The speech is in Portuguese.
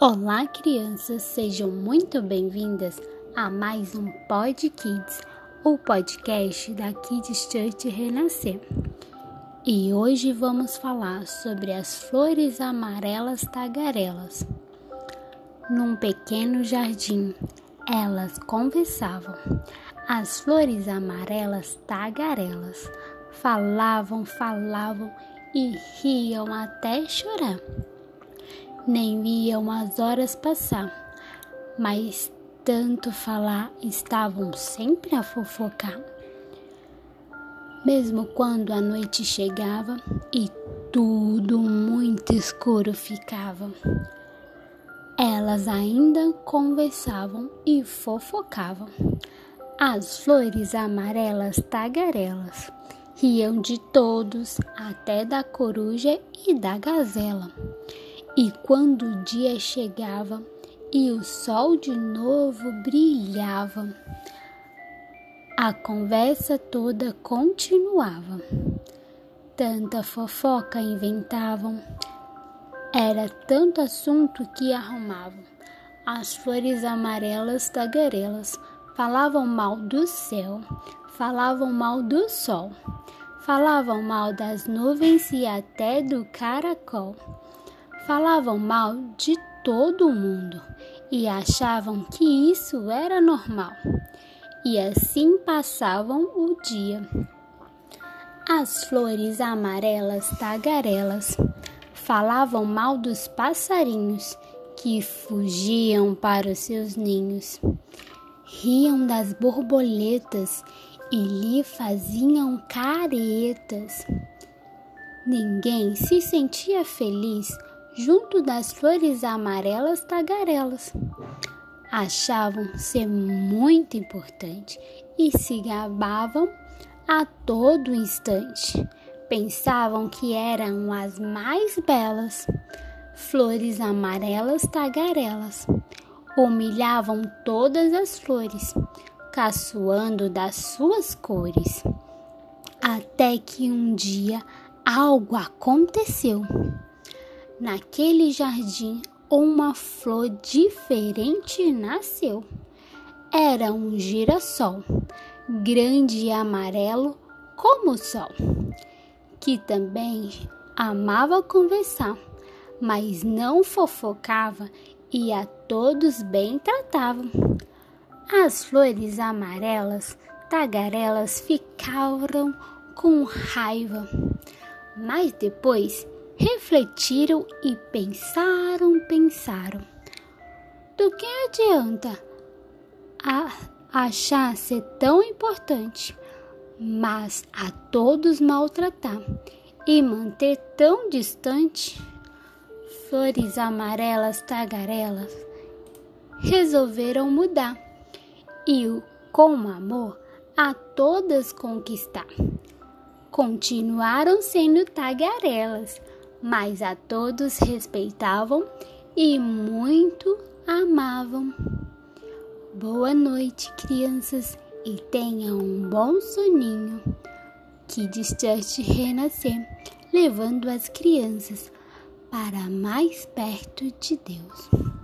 Olá, crianças, sejam muito bem-vindas a mais um Pod Kids, o podcast da Kids Church Renascer. E hoje vamos falar sobre as flores amarelas tagarelas. Num pequeno jardim, elas conversavam. As flores amarelas tagarelas falavam e riam até chorar. Nem viam as horas passar, mas tanto falar estavam sempre a fofocar. Mesmo quando a noite chegava e tudo muito escuro ficava, elas ainda conversavam e fofocavam. As flores amarelas tagarelas riam de todos, até da coruja e da gazela. E quando o dia chegava e o sol de novo brilhava, a conversa toda continuava. Tanta fofoca inventavam, era tanto assunto que arrumavam. As flores amarelas tagarelas falavam mal do céu, falavam mal do sol, falavam mal das nuvens e até do caracol. Falavam mal de todo mundo e achavam que isso era normal. E assim passavam o dia. As flores amarelas tagarelas falavam mal dos passarinhos que fugiam para os seus ninhos. Riam das borboletas e lhe faziam caretas. Ninguém se sentia feliz junto das flores amarelas tagarelas. Achavam ser muito importante e se gabavam a todo instante. Pensavam que eram as mais belas. Flores amarelas tagarelas humilhavam todas as flores, caçoando das suas cores. Até que um dia algo aconteceu. Naquele jardim, uma flor diferente nasceu. Era um girassol, grande e amarelo como o sol, que também amava conversar, mas não fofocava e a todos bem tratava. As flores amarelas tagarelas ficaram com raiva, mas depois refletiram e pensaram. Do que adianta achar ser tão importante, mas a todos maltratar e manter tão distante? Flores amarelas tagarelas resolveram mudar e com amor a todas conquistar. Continuaram sendo tagarelas, mas a todos respeitavam e muito amavam. Boa noite, crianças, e tenham um bom soninho. Kids Church Renascer, levando as crianças para mais perto de Deus.